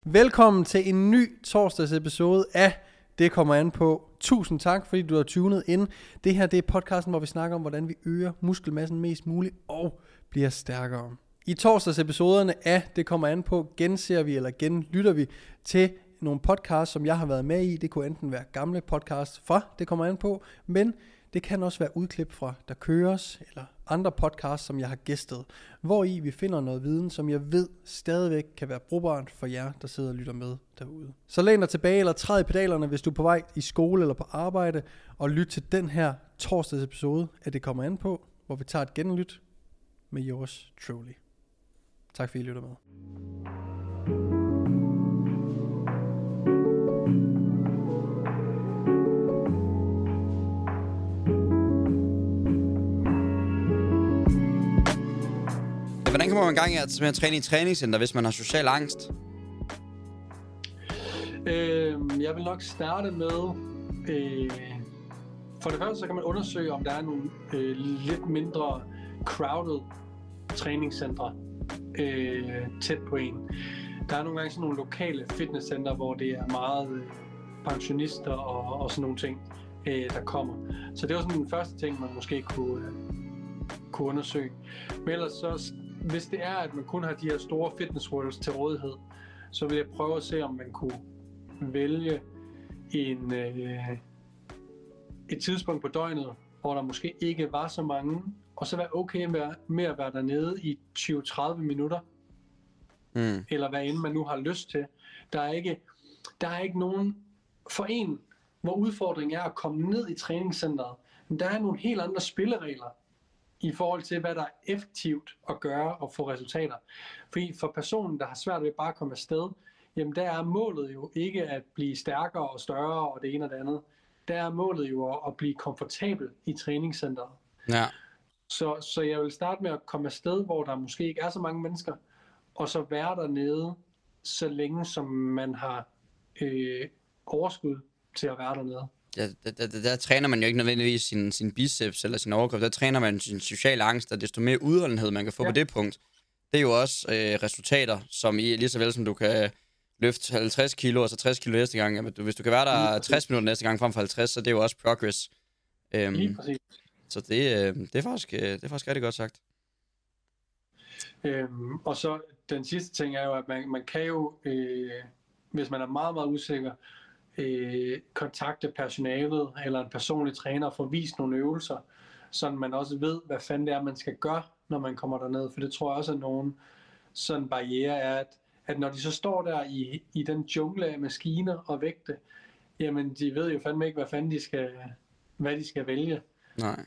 Velkommen til en ny torsdags episode af Det kommer an på. Tusind tak, fordi du har tunet ind. Det her det er podcasten, hvor vi snakker om, hvordan vi øger muskelmassen mest muligt og bliver stærkere. I torsdags episoderne af Det kommer an på, genser vi eller genlytter vi til nogle podcasts, som jeg har været med i. Det kunne enten være gamle podcasts fra Det kommer an på, men det kan også være udklip fra Der køres, eller andre podcasts, som jeg har gæstet, hvor i vi finder noget viden, som jeg ved stadigvæk kan være brugbart for jer, der sidder og lytter med derude. Så læn dig tilbage eller træd i pedalerne, hvis du er på vej i skole eller på arbejde, og lyt til den her torsdags episode af Det kommer an på, hvor vi tager et genlyt med yours truly. Tak fordi I lytter med. Hvordan kommer man i gang med at træne i træningscenter, hvis man har social angst? Jeg vil nok starte med, for det første så kan man undersøge, om der er nogle lidt mindre crowded træningscentre tæt på en. Der er nogle gange sådan nogle lokale fitnesscenter, hvor det er meget pensionister og sådan nogle ting, der kommer. Så det var sådan den første ting, man måske kunne undersøge. Men ellers så, hvis det er, at man kun har de her store fitness worlds til rådighed, så vil jeg prøve at se, om man kunne vælge et tidspunkt på døgnet, hvor der måske ikke var så mange, og så være okay med at være dernede i 20-30 minutter, eller hvad end man nu har lyst til. Der er ikke nogen for en, hvor udfordringen er at komme ned i træningscenteret, men der er nogle helt andre spilleregler i forhold til, hvad der er effektivt at gøre og få resultater. Fordi for personen, der har svært ved bare at komme afsted, jamen der er målet jo ikke at blive stærkere og større og det ene og det andet. Der er målet jo at blive komfortabel i træningscenteret. Ja. Så jeg vil starte med at komme afsted, hvor der måske ikke er så mange mennesker, og så være dernede, så længe som man har overskud til at være dernede. Der træner man jo ikke nødvendigvis sin biceps eller sin overkrop. Der træner man sin sociale angst, og desto mere udholdenhed man kan få på det punkt. Det er jo også resultater, som lige så vel som du kan løfte 50 kilo og så 60 kilo næste gang. Jamen, hvis du kan være der 60 minutter næste gang frem for 50, så det er jo også progress. Lige præcis. Så det er faktisk rigtig godt sagt. Og så den sidste ting er jo, at man kan jo, hvis man er meget, meget usikker, kontakte personalet eller en personlig træner og få vist nogle øvelser, så man også ved, hvad fanden det er, man skal gøre, når man kommer derned. For det tror jeg også er nogen sådan barriere er, at når de så står der i den jungle af maskiner og vægte, jamen de ved jo fandme ikke, hvad de skal vælge. Nej.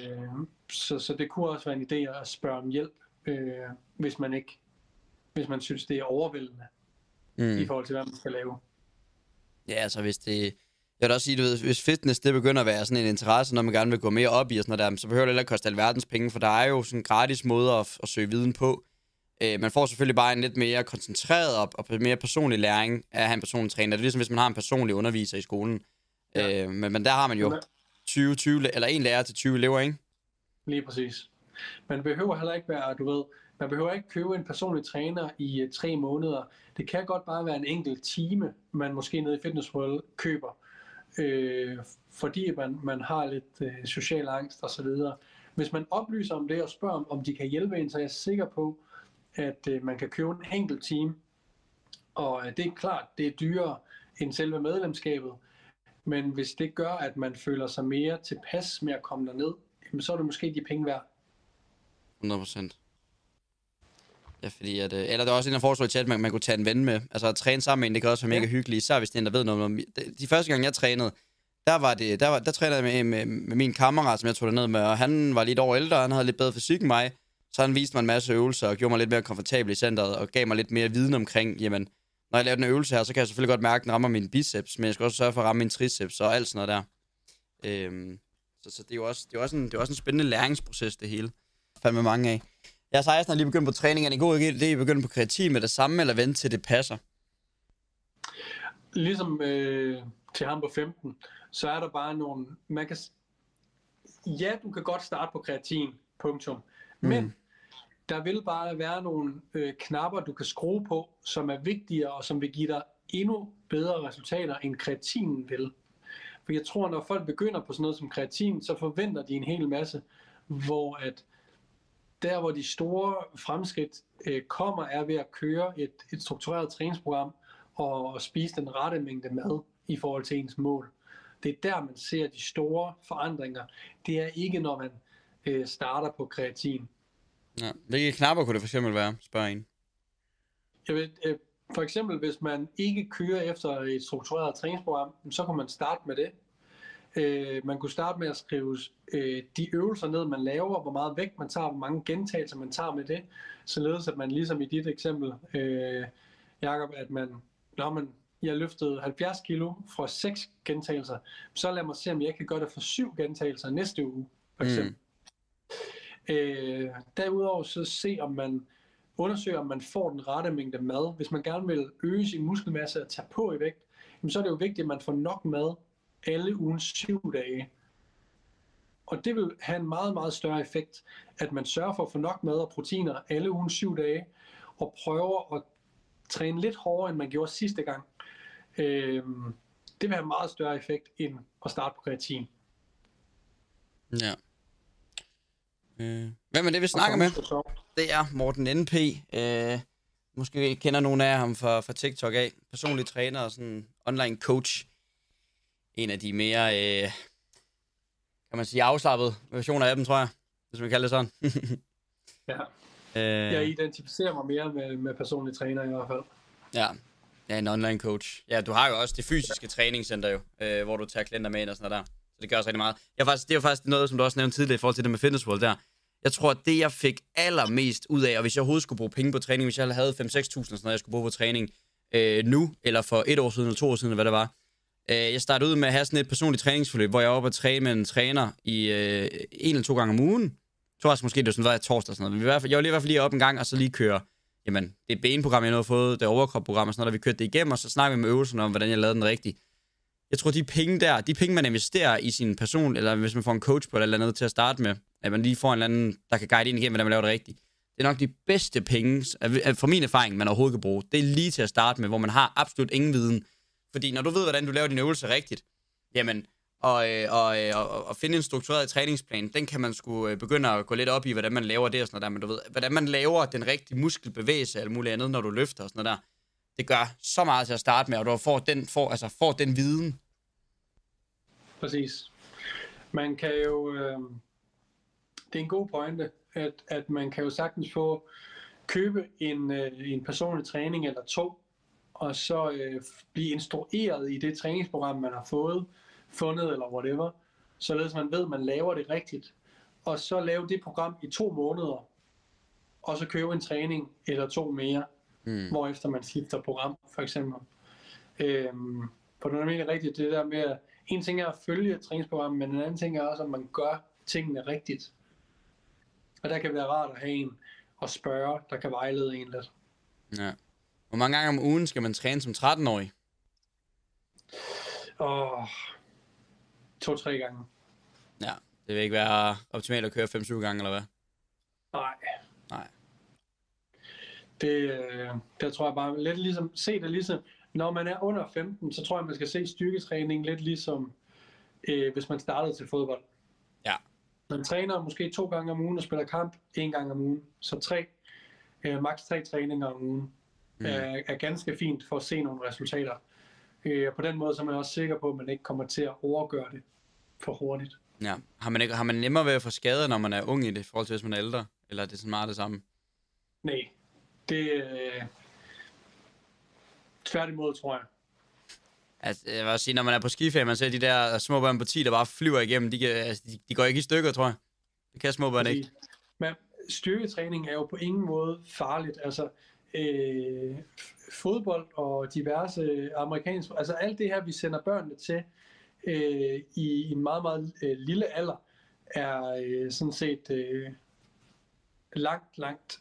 Så det kunne også være en idé at spørge om hjælp, hvis man synes, det er overvældende i forhold til, hvad man skal lave. Ja, altså jeg vil også sige, du ved, hvis fitness det begynder at være sådan en interesse, når man gerne vil gå mere op i og sådan noget der, så behøver det heller ikke koste alverdens penge, for der er jo sådan en gratis måde at søge viden på. Man får selvfølgelig bare en lidt mere koncentreret og mere personlig læring af at have en personlig træner. Det er ligesom hvis man har en personlig underviser i skolen. Ja. Men der har man jo 20 eller en lærer til 20 elever, ikke? Lige præcis. Man behøver heller ikke være, man behøver ikke købe en personlig træner i 3 måneder. Det kan godt bare være en enkelt time, man måske nede i Fitness World køber, fordi man har lidt social angst osv. Hvis man oplyser om det og spørger om de kan hjælpe en, så er jeg sikker på, at man kan købe en enkelt time. Og det er klart, det er dyrere end selve medlemskabet. Men hvis det gør, at man føler sig mere tilpas med at komme derned, så er det måske de penge værd. 100%. Ja, fordi eller der er også en, der foreslår til, at man kunne tage en ven med. Altså at træne sammen med en, det kan også være mega hyggeligt, især hvis det er en, der ved noget om. De første gang, jeg trænede, der trænede jeg med min kammerat, som jeg tog derned med, og han var lidt over ældre, han havde lidt bedre fysik end mig, så han viste mig en masse øvelser og gjorde mig lidt mere komfortabel i centret, og gav mig lidt mere viden omkring, jamen, når jeg laver den øvelse her, så kan jeg selvfølgelig godt mærke, at den rammer min biceps, men jeg skal også sørge for at ramme min triceps og alt sådan noget der. Så det er jo også en spændende læringsproces, det hele. Fandme mange af. Jeg har 16 lige begyndt på træning. Er det en god idé at begynde på kreatin med det samme, eller vente til det passer? Ligesom til ham på 15, så er der bare nogle... du kan godt starte på kreatin, punktum. Men Der vil bare være nogle knapper, du kan skrue på, som er vigtigere, og som vil give dig endnu bedre resultater, end kreatinen vil. For jeg tror, når folk begynder på sådan noget som kreatin, så forventer de en hel masse, hvor at der, hvor de store fremskridt kommer, er ved at køre et struktureret træningsprogram og spise den rette mængde mad i forhold til ens mål. Det er der, man ser de store forandringer. Det er ikke, når man starter på kreatin. Ja. Hvilke knapper kunne det for eksempel være, spørger en? Jeg ved, for eksempel, hvis man ikke kører efter et struktureret træningsprogram, så kan man starte med det. Man kunne starte med at skrive de øvelser ned, man laver, hvor meget vægt man tager, hvor mange gentagelser man tager med det, således at man ligesom i dit eksempel, Jakob, at jeg løftede 70 kilo fra 6 gentagelser, så lad mig se, om jeg kan gøre det for 7 gentagelser næste uge, for eksempel. Derudover så se, om man undersøger, om man får den rette mængde mad. Hvis man gerne vil øge sin muskelmasse og tage på i vægt, så er det jo vigtigt, at man får nok mad alle ugens 7 dage. Og det vil have en meget, meget større effekt, at man sørger for at få nok mad og proteiner alle ugens 7 dage, og prøver at træne lidt hårdere, end man gjorde sidste gang. Det vil have meget større effekt, end at starte på kreatin. Ja. Hvem er det, vi snakker med? Det er Morten NP. Måske kender nogle af ham fra TikTok af. Personlig træner og sådan online coach. En af de mere, kan man sige, afslappede versioner af dem, tror jeg. Hvis man kalder det sådan. Ja. Jeg identificerer mig mere med personlig træner i hvert fald. Ja, en online coach. Ja, du har jo også det fysiske træningscenter jo, hvor du tager klienter med ind og sådan noget der. Så det gør også rigtig meget. Det er jo faktisk noget, som du også nævnte tidligere i forhold til det med Fitness World der. Jeg tror, at det jeg fik allermest ud af, og hvis jeg overhovedet skulle bruge penge på træning, hvis jeg havde 5-6.000 sådan noget, jeg skulle bruge på træning nu, eller for 1 år siden, eller 2 år siden, eller hvad det var. Jeg startede ud med at have sådan et personligt træningsforløb, hvor jeg var oppe og træne med en træner i 1 eller 2 gange om ugen. Jeg tror også måske, det var sådan noget torsdag og sådan noget. Men jeg var lige i hvert fald lige op en gang, og så lige køre, jamen, det benprogram, jeg nu har fået, det overkropprogram og sådan noget, der vi kørte det igennem, og så snakkede vi med øvelserne om, hvordan jeg lavede den rigtigt. Jeg tror, de penge, man investerer i sin person, eller hvis man får en coach på eller andet til at starte med, at man lige får en eller anden, der kan guide ind igennem, hvordan man laver det rigtigt. Det er nok de bedste penge, fra min erfaring, man overhovedet kan bruge. Det er lige til at starte med, hvor man har absolut ingen viden. Fordi når du ved, hvordan du laver dine øvelser rigtigt, jamen, og finde en struktureret træningsplan, den kan man sgu begynde at gå lidt op i, hvordan man laver det og sådan noget der. Men du ved, hvordan man laver den rigtige muskelbevægelse eller muligt andet, når du løfter og sådan noget der. Det gør så meget til at starte med, og du får den viden. Præcis. Man kan jo... det er en god pointe, at man kan jo sagtens købe en personlig træning eller 2, og så blive instrueret i det træningsprogram, man har fundet eller whatever, således man ved, at man laver det rigtigt. Og så lave det program i 2 måneder, og så købe en træning eller 2 mere, hvorefter man skifter program, for eksempel. For det er nemlig rigtigt, det der med, at en ting er at følge et træningsprogram, men en anden ting er også, at man gør tingene rigtigt. Og der kan det være rart at have en og spørge, der kan vejlede en lidt. Ja. Hvor mange gange om ugen skal man træne som 13-årig? 2-3 gange. Ja, det vil ikke være optimalt at køre 5-7 gange, eller hvad? Nej. Der tror jeg bare lidt ligesom, se det ligesom, når man er under 15, så tror jeg, man skal se styrketræning lidt ligesom, hvis man startede til fodbold. Ja. Man træner måske 2 gange om ugen og spiller kamp 1 gang om ugen. Så maks 3 træninger om ugen er ganske fint for at se nogle resultater. På den måde så er man også sikker på, at man ikke kommer til at overgøre det for hurtigt. Ja. Har man nemmere ved at få skader, når man er ung i det, i forhold til hvis man er ældre? Eller er det sådan meget det samme? Nej. Det tværtimod, tror jeg. Altså, jeg vil også sige, når man er på skiferie, man ser de der små børn på 10, der bare flyver igennem, de går ikke i stykker, tror jeg. Det kan små børn ikke. Men styrketræning er jo på ingen måde farligt. Altså, fodbold og diverse amerikanske... Altså alt det her, vi sender børnene til i en meget, meget lille alder, er sådan set langt...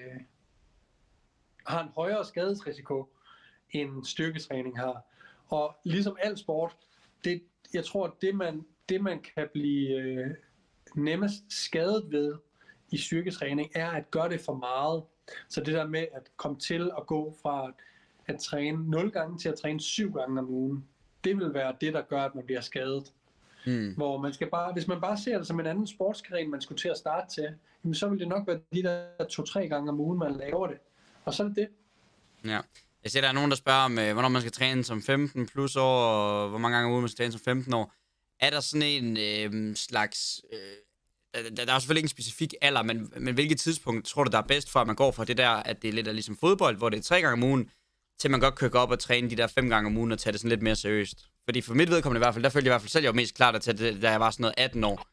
har en højere skadesrisiko, end styrketræning har. Og ligesom al sport, jeg tror, det man kan blive nemmest skadet ved i styrketræning, er at gøre det for meget. Så det der med at komme til at gå fra at træne 0 gange til at træne 7 gange om ugen, det vil være det, der gør, at man bliver skadet. Hvor man skal bare, hvis man bare ser det som en anden sportsgren, man skulle til at starte til, jamen så vil det nok være de der 2-3 gange om ugen, man laver det. Og så er det det. Ja. Jeg ser, der er nogen, der spørger om, hvornår man skal træne som 15 plus år, og hvor mange gange om ugen man skal træne som 15 år. Er der sådan en slags... Der er selvfølgelig ikke en specifik alder, men hvilket tidspunkt tror du, der er bedst for, at man går fra det der, at det er lidt af ligesom fodbold, hvor det er 3 gange om ugen, til man godt kan gå op og træne de der 5 gange om ugen og tage det sådan lidt mere seriøst? Fordi for mit vedkommende i hvert fald, der følte jeg i hvert fald selv, jeg var mest klar til det, da jeg var sådan noget 18 år.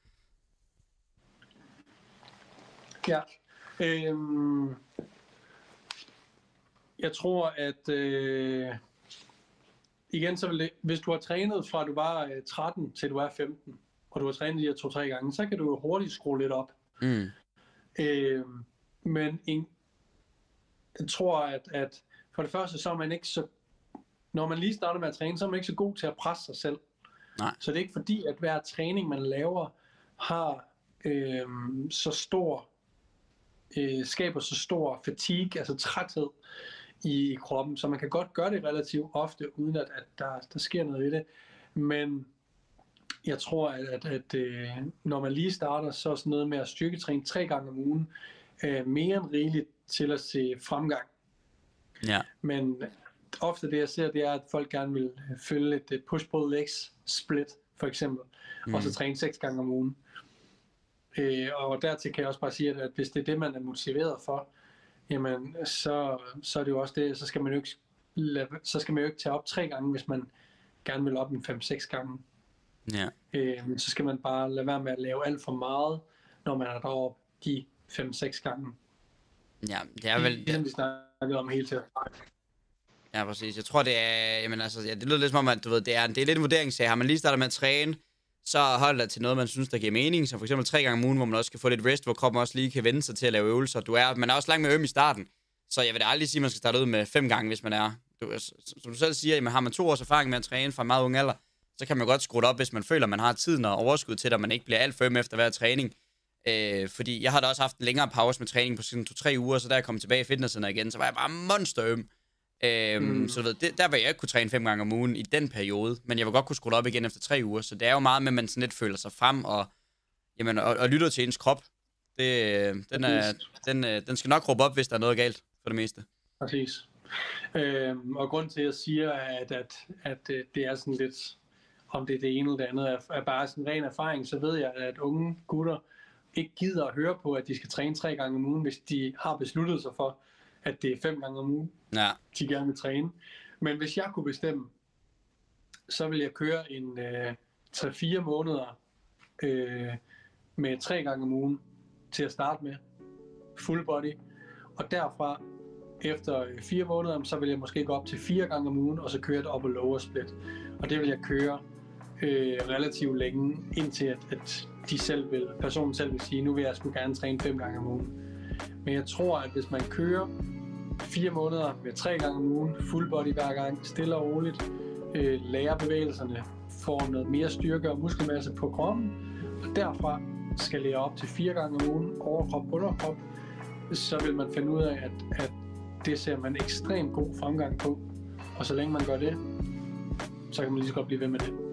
Ja. Jeg tror, at igen, så vil det, hvis du har trænet fra du var 13 til du er 15, og du har trænet de her 2-3 gange, så kan du jo hurtigt skrue lidt op. Men jeg tror, at for det første, så er man ikke så... Når man lige starter med at træne, så er man ikke så god til at presse sig selv. Nej. Så det er ikke fordi, at hver træning, man laver, har så stor... skaber så stor fatigue, altså træthed i kroppen, så man kan godt gøre det relativt ofte, uden at der sker noget i det. Men jeg tror, at når man lige starter, så er sådan noget med at styrketræne 3 gange om ugen mere end rigeligt til at se fremgang. Ja. Men ofte det, jeg ser, det er, at folk gerne vil følge et push-pull legs split, for eksempel, og så træne 6 gange om ugen. Og dertil kan jeg også bare sige, at hvis det er det, man er motiveret for, jamen, så er det jo også det, så skal man jo ikke tage op 3 gange, hvis man gerne vil op en 5-6 gange. Ja. Så skal man bare lade være med at lave alt for meget, når man er deroppe de 5-6 gange. Ja, det er vel... Det vi snakkede om hele tiden. Ja, præcis. Jeg tror, det er... Jamen, altså, ja, det lyder lidt som om, at du ved, det er lidt en vurderingssag. Har man lige startet med at træne, så hold dig til noget, man synes, der giver mening. Så for eksempel 3 gange om ugen, hvor man også kan få lidt rest, hvor kroppen også lige kan vende sig til at lave øvelser. Man er også langt med i starten. Så jeg vil da aldrig sige, at man skal starte ud med 5 gange, hvis man er... Som du selv siger, jamen, har man 2 års erfaring med at træne fra en meget ung alder, så kan man godt skrue det op, hvis man føler, at man har tiden og overskud til det, og man ikke bliver alt for øm efter hver træning. Fordi jeg har da også haft en længere pause med træning på sådan 2-3 uger, så da jeg kom tilbage i fitnesscenter igen, så var jeg bare monsterøm. Så du ved, der vil jeg ikke kunne træne 5 gange om ugen i den periode, men jeg vil godt kunne skrue op igen efter 3 uger, så det er jo meget med, at man sådan lidt føler sig frem og lytter til ens krop. Den skal nok råbe op, hvis der er noget galt for det meste. Præcis. Og grund til, at jeg siger, at det er sådan lidt, om det er det ene eller det andet, er bare sådan ren erfaring, så ved jeg, at unge gutter ikke gider at høre på, at de skal træne 3 gange om ugen, hvis de har besluttet sig for, at det er 5 gange om ugen, de gerne vil træne. Men hvis jeg kunne bestemme, så vil jeg køre en 3-4 måneder med 3 gange om ugen til at starte med, full body, og derfra efter 4 måneder, så vil jeg måske gå op til 4 gange om ugen, og så køre det op og lower split. Og det vil jeg køre relativt længe, indtil at personen selv vil sige, nu vil jeg sgu gerne træne 5 gange om ugen. Men jeg tror, at hvis man kører 4 måneder med 3 gange om ugen, full body hver gang, stille og roligt, lærer bevægelserne, får noget mere styrke og muskelmasse på kroppen, og derfra skal lære op til 4 gange om ugen, overkrop, underkrop, så vil man finde ud af, at det ser man ekstremt god fremgang på. Og så længe man gør det, så kan man lige så godt blive ved med det.